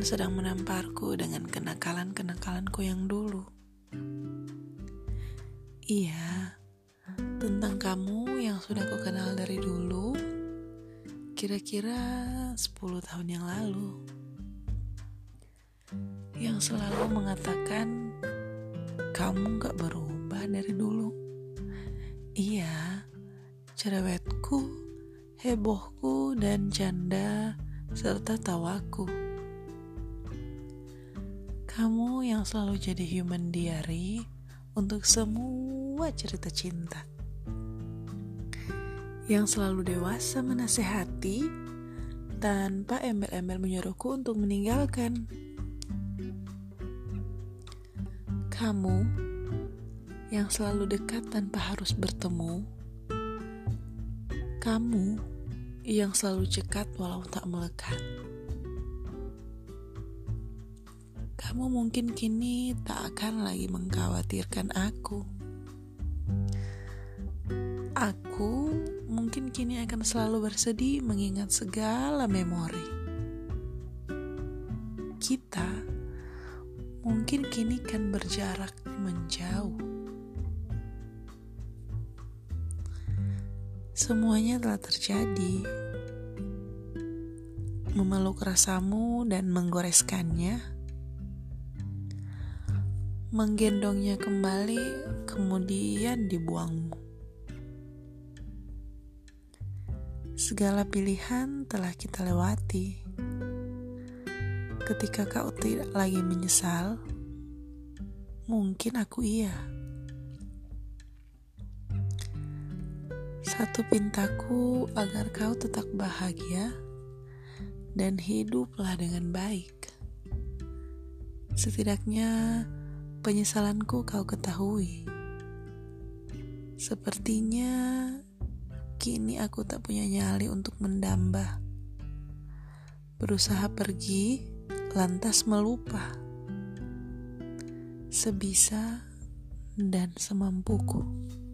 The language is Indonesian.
sedang menamparku dengan kenakalan-kenakalanku yang dulu. Iya, tentang kamu yang sudah ku kenal dari dulu, kira-kira 10 tahun yang lalu. Yang selalu mengatakan, kamu gak berubah dari dulu. Iya, cerewetku, hebohku, dan canda, serta tawaku. Kamu yang selalu jadi human diary untuk semua cerita cinta. Yang selalu dewasa menasehati tanpa embel-embel menyuruhku untuk meninggalkan. Kamu yang selalu dekat tanpa harus bertemu. Kamu yang selalu cekat walau tak melekat. Kamu mungkin kini tak akan lagi mengkhawatirkan aku. Aku mungkin kini akan selalu bersedih mengingat segala memori. Kita mungkin kini kan berjarak menjauh. Semuanya telah terjadi. Memeluk rasamu dan menggoreskannya, menggendongnya kembali, kemudian dibuangmu. Segala pilihan telah kita lewati. Ketika kau tidak lagi menyesal, mungkin aku iya. Satu pintaku agar kau tetap bahagia dan hiduplah dengan baik. Setidaknya penyesalanku kau ketahui. Sepertinya kini aku tak punya nyali untuk mendamba. Berusaha pergi, lantas melupa. Sebisa dan semampuku.